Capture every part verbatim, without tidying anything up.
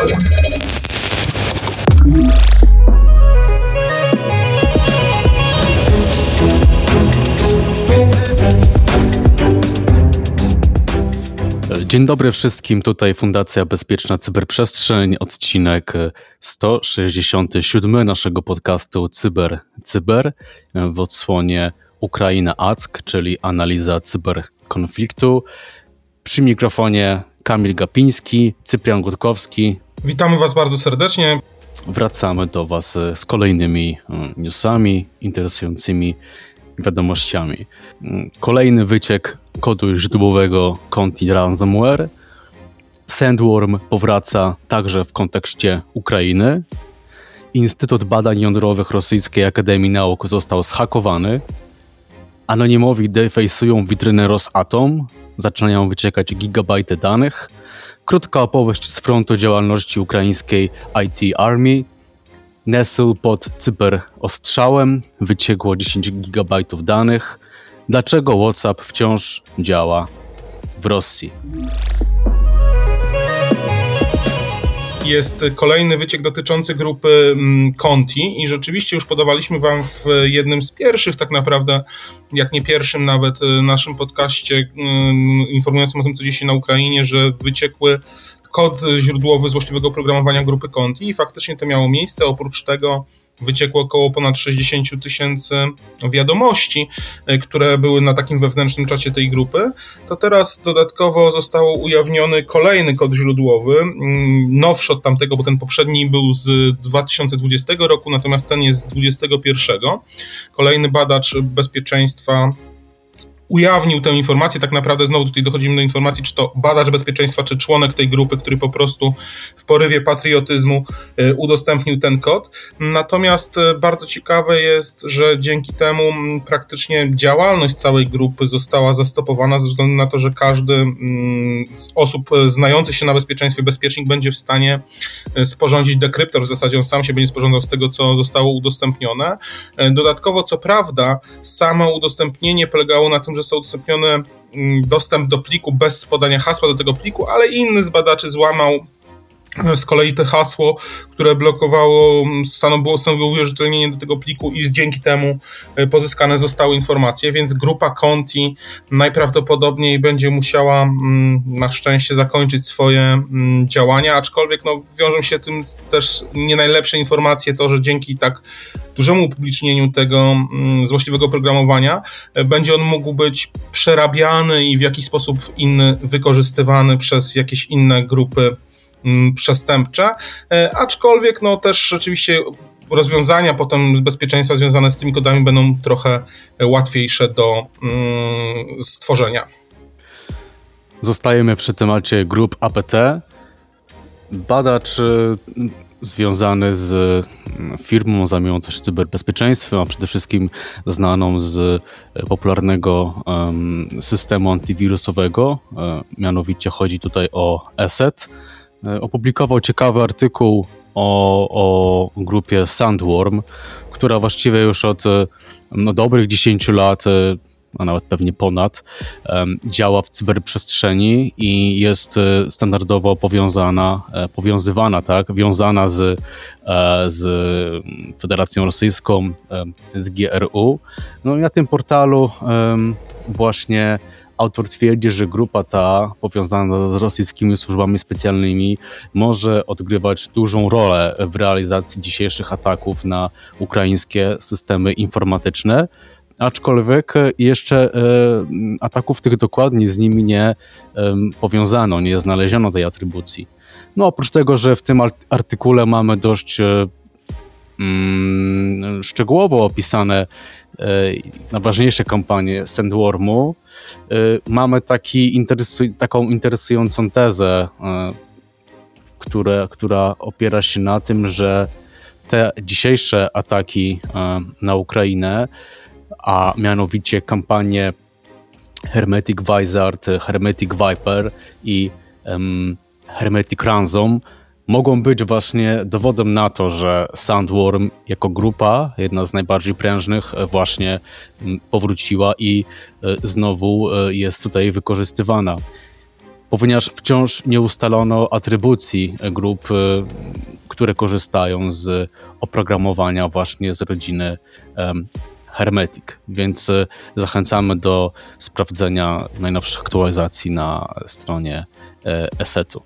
Dzień dobry wszystkim, tutaj Fundacja Bezpieczna Cyberprzestrzeń, odcinek sto sześćdziesiąty siódmy naszego podcastu Cyber Cyber w odsłonie Ukraina A C K, czyli analiza cyberkonfliktu. Przy mikrofonie Kamil Gapiński, Cyprian Gutkowski. Witamy Was bardzo serdecznie. Wracamy do Was z kolejnymi newsami, interesującymi wiadomościami. Kolejny wyciek kodu źródłowego Conti Ransomware. Sandworm powraca także w kontekście Ukrainy. Instytut Badań Jądrowych Rosyjskiej Akademii Nauk został zhakowany. Anonimowi defejsują witrynę Rosatom. Zaczynają wyciekać gigabajty danych. Krótka opowieść z frontu działalności ukraińskiej I T Army. Nestle pod cyberostrzałem, wyciekło dziesięć gigabajtów danych. Dlaczego WhatsApp wciąż działa w Rosji? Jest kolejny wyciek dotyczący grupy Conti i rzeczywiście już podawaliśmy Wam w jednym z pierwszych, tak naprawdę, jak nie pierwszym nawet, naszym podcaście informującym o tym, co dzieje się na Ukrainie, że wyciekły kod źródłowy złośliwego programowania grupy Conti i faktycznie to miało miejsce. Oprócz tego wyciekło około ponad sześćdziesiąt tysięcy wiadomości, które były na takim wewnętrznym czacie tej grupy. To teraz dodatkowo został ujawniony kolejny kod źródłowy, nowszy od tamtego, bo ten poprzedni był z dwa tysiące dwudziestego roku, natomiast ten jest z dwudziestego pierwszego. Kolejny badacz bezpieczeństwa ujawnił tę informację, tak naprawdę znowu tutaj dochodzimy do informacji, czy to badacz bezpieczeństwa, czy członek tej grupy, który po prostu w porywie patriotyzmu udostępnił ten kod. Natomiast bardzo ciekawe jest, że dzięki temu praktycznie działalność całej grupy została zastopowana ze względu na to, że każdy z osób znających się na bezpieczeństwie, bezpiecznik będzie w stanie sporządzić dekryptor, w zasadzie on sam się będzie sporządzał z tego, co zostało udostępnione. Dodatkowo, co prawda, samo udostępnienie polegało na tym, że został udostępniony dostęp do pliku bez podania hasła do tego pliku, ale inny z badaczy złamał z kolei to hasło, które blokowało, stanowiło, stanowiło uwierzytelnienie do tego pliku i dzięki temu pozyskane zostały informacje, więc grupa Conti najprawdopodobniej będzie musiała na szczęście zakończyć swoje działania, aczkolwiek no, wiążą się tym też nie najlepsze informacje, to, że dzięki tak dużemu upublicznieniu tego złośliwego programowania będzie on mógł być przerabiany i w jakiś sposób inny wykorzystywany przez jakieś inne grupy przestępcze, aczkolwiek no też rzeczywiście rozwiązania potem bezpieczeństwa związane z tymi kodami będą trochę łatwiejsze do mm, stworzenia. Zostajemy przy temacie grup A P T. Badacz związany z firmą zajmującą się cyberbezpieczeństwem, a przede wszystkim znaną z popularnego um, systemu antywirusowego, e, mianowicie chodzi tutaj o E S E T. Opublikował ciekawy artykuł o, o grupie Sandworm, która właściwie już od no, dobrych dziesięciu lat, a nawet pewnie ponad, działa w cyberprzestrzeni i jest standardowo powiązana, powiązywana, tak, wiązana z, z Federacją Rosyjską, z G R U. No i na tym portalu właśnie autor twierdzi, że grupa ta, powiązana z rosyjskimi służbami specjalnymi, może odgrywać dużą rolę w realizacji dzisiejszych ataków na ukraińskie systemy informatyczne, aczkolwiek jeszcze e, ataków tych dokładnie z nimi nie e, powiązano, nie znaleziono tej atrybucji. No oprócz tego, że w tym artykule mamy dość e, mm, szczegółowo opisane najważniejsze kampanie Sandwormu, mamy taki interesu- taką interesującą tezę, które, która opiera się na tym, że te dzisiejsze ataki na Ukrainę, a mianowicie kampanie Hermetic Wizard, Hermetic Viper i um, Hermetic Ransom, mogą być właśnie dowodem na to, że Sandworm jako grupa, jedna z najbardziej prężnych, właśnie powróciła i znowu jest tutaj wykorzystywana. ponieważ wciąż nie ustalono atrybucji grup, które korzystają z oprogramowania właśnie z rodziny um, Hermetic, więc zachęcamy do sprawdzenia najnowszych aktualizacji na stronie ESET-u.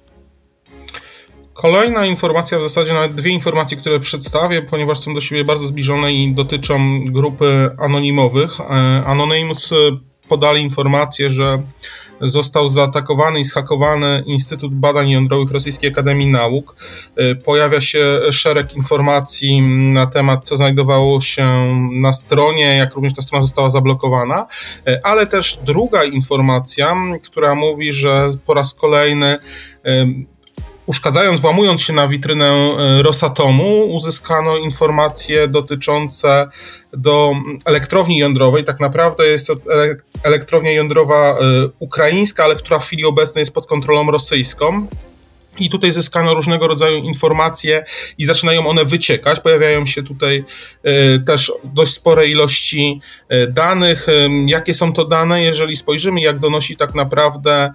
Kolejna informacja, w zasadzie nawet dwie informacje, które przedstawię, ponieważ są do siebie bardzo zbliżone i dotyczą grupy anonimowych. Anonymous podali informację, że został zaatakowany i zhakowany Instytut Badań Jądrowych Rosyjskiej Akademii Nauk. Pojawia się szereg informacji na temat, co znajdowało się na stronie, jak również ta strona została zablokowana, ale też druga informacja, która mówi, że po raz kolejny uszkadzając, włamując się na witrynę Rosatomu, uzyskano informacje dotyczące do elektrowni jądrowej. Tak naprawdę jest to elektrownia jądrowa ukraińska, ale która w chwili obecnej jest pod kontrolą rosyjską. I tutaj zyskano różnego rodzaju informacje i zaczynają one wyciekać. Pojawiają się tutaj y, też dość spore ilości y, danych. Y, jakie są to dane? Jeżeli spojrzymy, jak donosi tak naprawdę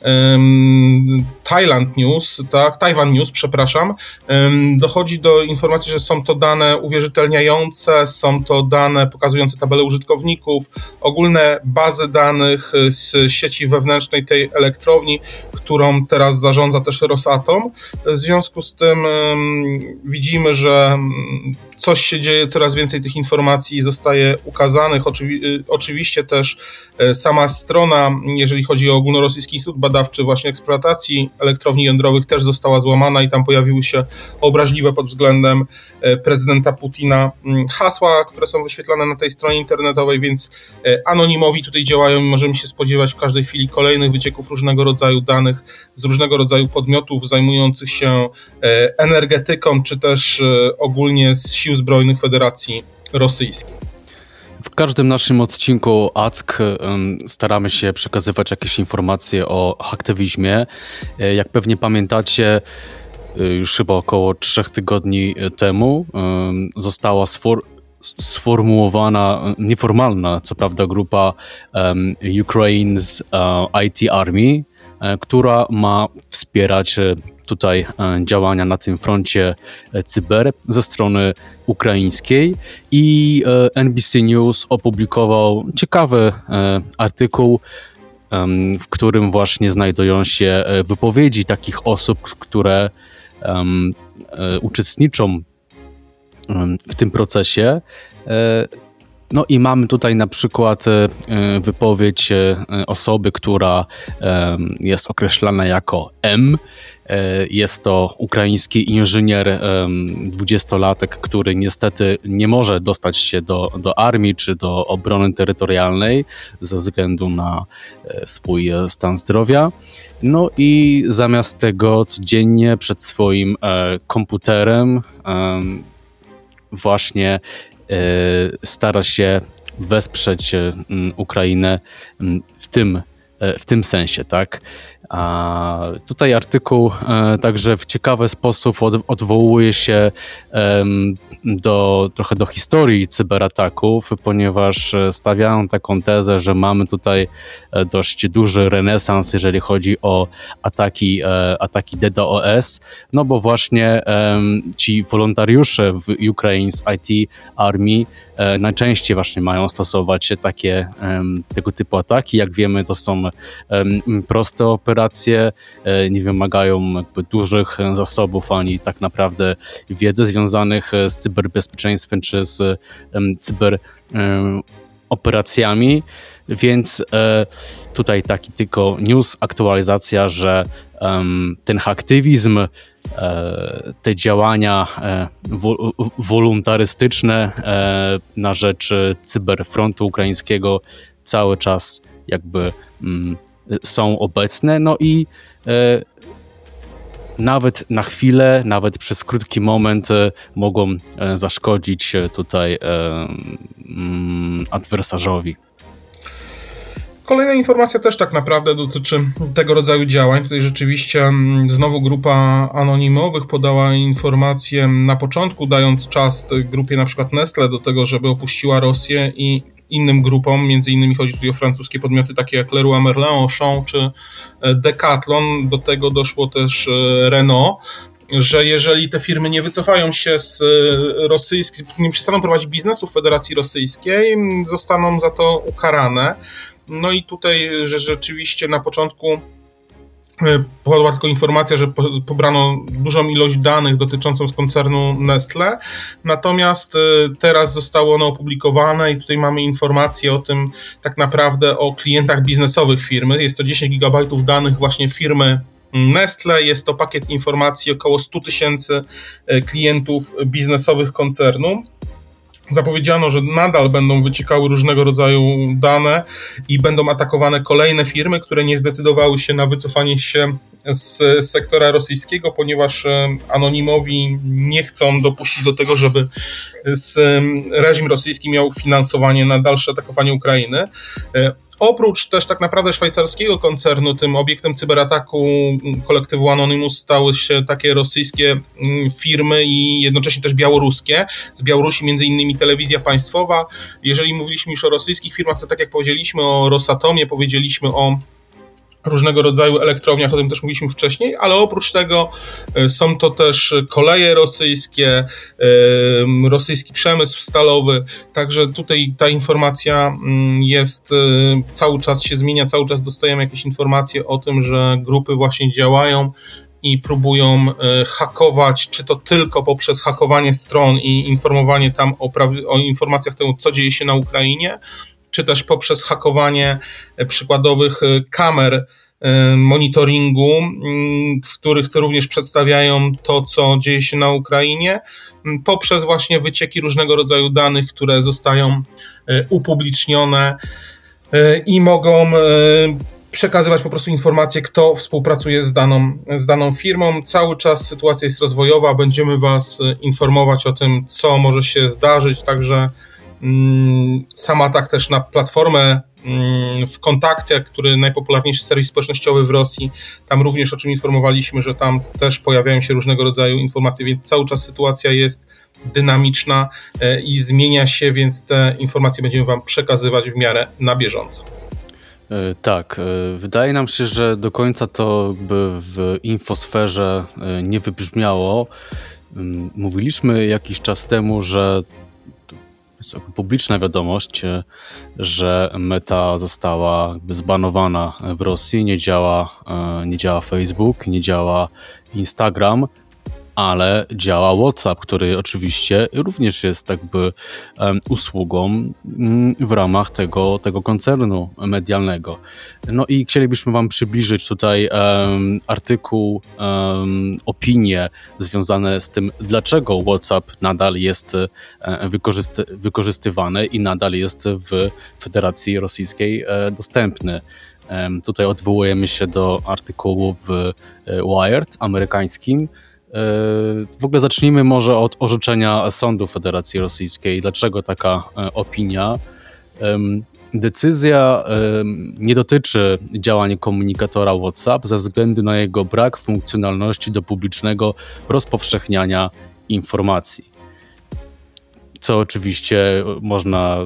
Um, Thailand News, tak, Taiwan News, przepraszam, um, dochodzi do informacji, że są to dane uwierzytelniające, są to dane pokazujące tabelę użytkowników, ogólne bazy danych z sieci wewnętrznej tej elektrowni, którą teraz zarządza też Rosatom. W związku z tym um, widzimy, że coś się dzieje, coraz więcej tych informacji zostaje ukazanych. Oczywi- oczywiście też sama strona, jeżeli chodzi o Ogólnorosyjski Instytut Badawczy właśnie eksploatacji elektrowni jądrowych, też została złamana i tam pojawiły się obraźliwe pod względem prezydenta Putina hasła, które są wyświetlane na tej stronie internetowej, więc anonimowi tutaj działają i możemy się spodziewać w każdej chwili kolejnych wycieków różnego rodzaju danych z różnego rodzaju podmiotów zajmujących się energetyką, czy też ogólnie z sił zbrojnych Federacji Rosyjskiej. W każdym naszym odcinku A C K staramy się przekazywać jakieś informacje o haktywizmie. Jak pewnie pamiętacie, już chyba około trzech tygodni temu została sfor- sformułowana nieformalna, co prawda, grupa um, Ukraine's uh, I T Army, która ma wspierać tutaj działania na tym froncie cyber ze strony ukraińskiej i N B C News opublikował ciekawy artykuł, w którym właśnie znajdują się wypowiedzi takich osób, które uczestniczą w tym procesie. No i mamy tutaj na przykład wypowiedź osoby, która jest określana jako M. Jest to ukraiński inżynier, dwudziestolatek, który niestety nie może dostać się do, do armii czy do obrony terytorialnej ze względu na swój stan zdrowia. No i zamiast tego codziennie przed swoim komputerem właśnie stara się wesprzeć Ukrainę w tym, w tym sensie, tak? A tutaj artykuł także w ciekawy sposób odwołuje się do, trochę do historii cyberataków, ponieważ stawiają taką tezę, że mamy tutaj dość duży renesans, jeżeli chodzi o ataki, ataki DDoS, no bo właśnie ci wolontariusze w Ukraine's I T Army najczęściej właśnie mają stosować takie tego typu ataki. Jak wiemy, to są proste operacje, nie wymagają jakby dużych zasobów ani tak naprawdę wiedzy związanych z cyberbezpieczeństwem czy z cyberoperacjami, więc tutaj taki tylko news, aktualizacja, że ten haktywizm, te działania wolontarystyczne na rzecz cyberfrontu ukraińskiego cały czas jakby są obecne, no i e, nawet na chwilę, nawet przez krótki moment e, mogą e, zaszkodzić tutaj e, mm, adwersarzowi. Kolejna informacja też tak naprawdę dotyczy tego rodzaju działań. Tutaj rzeczywiście znowu grupa anonimowych podała informację na początku, dając czas grupie na przykład Nestle do tego, żeby opuściła Rosję i innym grupom, między innymi chodzi tutaj o francuskie podmioty takie jak Leroy Merlin, Auchan czy Decathlon, do tego doszło też Renault, że jeżeli te firmy nie wycofają się z rosyjskich, nie przestaną prowadzić biznesu w Federacji Rosyjskiej, zostaną za to ukarane. No i tutaj, że rzeczywiście na początku podała tylko informacja, że pobrano dużą ilość danych dotyczącą z koncernu Nestle, natomiast teraz zostało ono opublikowane i tutaj mamy informację o tym tak naprawdę o klientach biznesowych firmy. Jest to dziesięć gigabajtów danych właśnie firmy Nestle, jest to pakiet informacji około sto tysięcy klientów biznesowych koncernu. Zapowiedziano, że nadal będą wyciekały różnego rodzaju dane i będą atakowane kolejne firmy, które nie zdecydowały się na wycofanie się z sektora rosyjskiego, ponieważ anonimowi nie chcą dopuścić do tego, żeby reżim rosyjski miał finansowanie na dalsze atakowanie Ukrainy. Oprócz też tak naprawdę szwajcarskiego koncernu, tym obiektem cyberataku kolektywu Anonymous stały się takie rosyjskie firmy i jednocześnie też białoruskie. Z Białorusi między innymi telewizja państwowa. Jeżeli mówiliśmy już o rosyjskich firmach, to tak jak powiedzieliśmy o Rosatomie, powiedzieliśmy o różnego rodzaju elektrowniach, o tym też mówiliśmy wcześniej, ale oprócz tego są to też koleje rosyjskie, rosyjski przemysł stalowy, także tutaj ta informacja jest, cały czas się zmienia, cały czas dostajemy jakieś informacje o tym, że grupy właśnie działają i próbują hakować, czy to tylko poprzez hakowanie stron i informowanie tam o, prawie, o informacjach temu, co dzieje się na Ukrainie, czy też poprzez hakowanie przykładowych kamer monitoringu, w których to również przedstawiają to, co dzieje się na Ukrainie, poprzez właśnie wycieki różnego rodzaju danych, które zostają upublicznione i mogą przekazywać po prostu informacje, kto współpracuje z daną, z daną firmą. Cały czas sytuacja jest rozwojowa, będziemy Was informować o tym, co może się zdarzyć, także sam atak też na platformę w Kontakcie, który najpopularniejszy serwis społecznościowy w Rosji, tam również o czym informowaliśmy, że tam też pojawiają się różnego rodzaju informacje, więc cały czas sytuacja jest dynamiczna i zmienia się, więc te informacje będziemy Wam przekazywać w miarę na bieżąco. Tak, wydaje nam się, że do końca to jakby w infosferze nie wybrzmiało. Mówiliśmy jakiś czas temu, że jest publiczna wiadomość, że Meta została jakby zbanowana w Rosji, nie działa, nie działa Facebook, nie działa Instagram, ale działa WhatsApp, który oczywiście również jest jakby um, usługą um, w ramach tego, tego koncernu medialnego. No i chcielibyśmy Wam przybliżyć tutaj um, artykuł, um, opinie związane z tym, dlaczego WhatsApp nadal jest um, wykorzysty, wykorzystywany i nadal jest w Federacji Rosyjskiej um, dostępny. Um, tutaj odwołujemy się do artykułu w Wired amerykańskim. W ogóle zacznijmy może od orzeczenia sądu Federacji Rosyjskiej. Dlaczego taka opinia? Decyzja nie dotyczy działań komunikatora WhatsApp ze względu na jego brak funkcjonalności do publicznego rozpowszechniania informacji. Co oczywiście można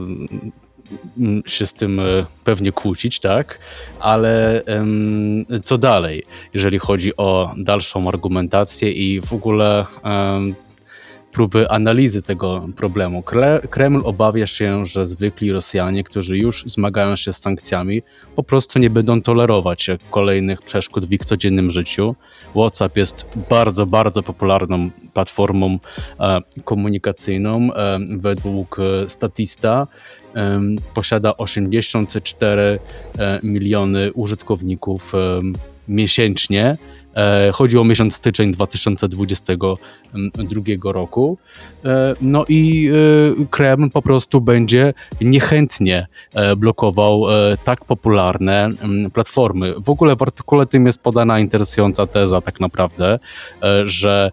się z tym pewnie kłócić, tak? Ale um, co dalej, jeżeli chodzi o dalszą argumentację i w ogóle um, próby analizy tego problemu. Kreml obawia się, że zwykli Rosjanie, którzy już zmagają się z sankcjami, po prostu nie będą tolerować kolejnych przeszkód w ich codziennym życiu. WhatsApp jest bardzo, bardzo popularną platformą e, komunikacyjną. E, według Statista e, posiada osiemdziesiąt cztery miliony użytkowników e, miesięcznie. Chodzi o miesiąc styczeń dwa tysiące dwudziestego drugiego roku. No i Kreml po prostu będzie niechętnie blokował tak popularne platformy. W ogóle w artykule tym jest podana interesująca teza tak naprawdę, że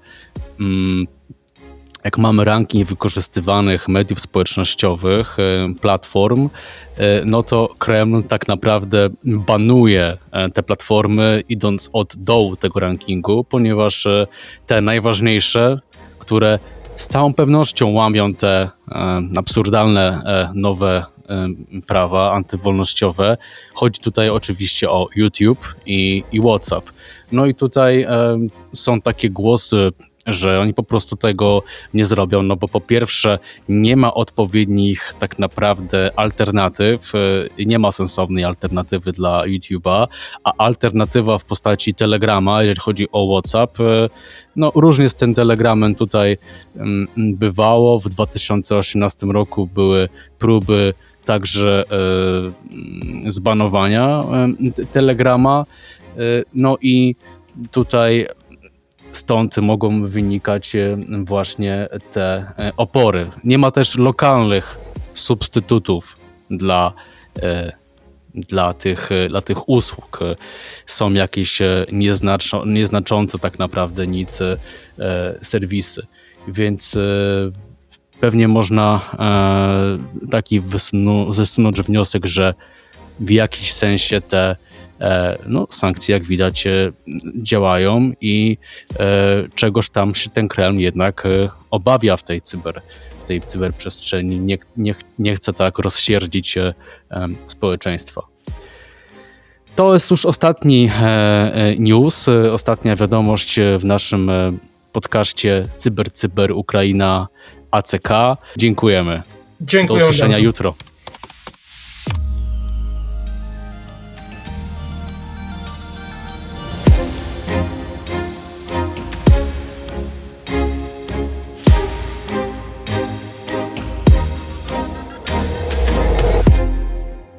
jak mamy ranking wykorzystywanych mediów społecznościowych, platform, no to Kreml tak naprawdę banuje te platformy, idąc od dołu tego rankingu, ponieważ te najważniejsze, które z całą pewnością łamią te absurdalne nowe prawa antywolnościowe. Chodzi tutaj oczywiście o YouTube i, i WhatsApp. No i tutaj są takie głosy, że oni po prostu tego nie zrobią, no bo po pierwsze nie ma odpowiednich tak naprawdę alternatyw, nie ma sensownej alternatywy dla YouTube'a, a alternatywa w postaci Telegrama, jeżeli chodzi o WhatsApp, no różnie z tym Telegramem tutaj bywało. W dwa tysiące osiemnastym roku były próby także zbanowania Telegrama, no i tutaj stąd mogą wynikać właśnie te opory. Nie ma też lokalnych substytutów dla, dla, tych, dla tych usług. Są jakieś nieznaczo, nieznaczące tak naprawdę nic serwisy, więc pewnie można taki wysnu, wysunąć wniosek, że w jakiś sensie te no, sankcje, jak widać, działają i czegoś tam się ten Kreml jednak obawia w tej, cyber, w tej cyberprzestrzeni. Nie, nie, nie chce tak rozsierdzić społeczeństwa. To jest już ostatni news, ostatnia wiadomość w naszym podcaście Cyber Cyber Ukraina A C K. Dziękujemy. Dziękuję. Do usłyszenia jutro.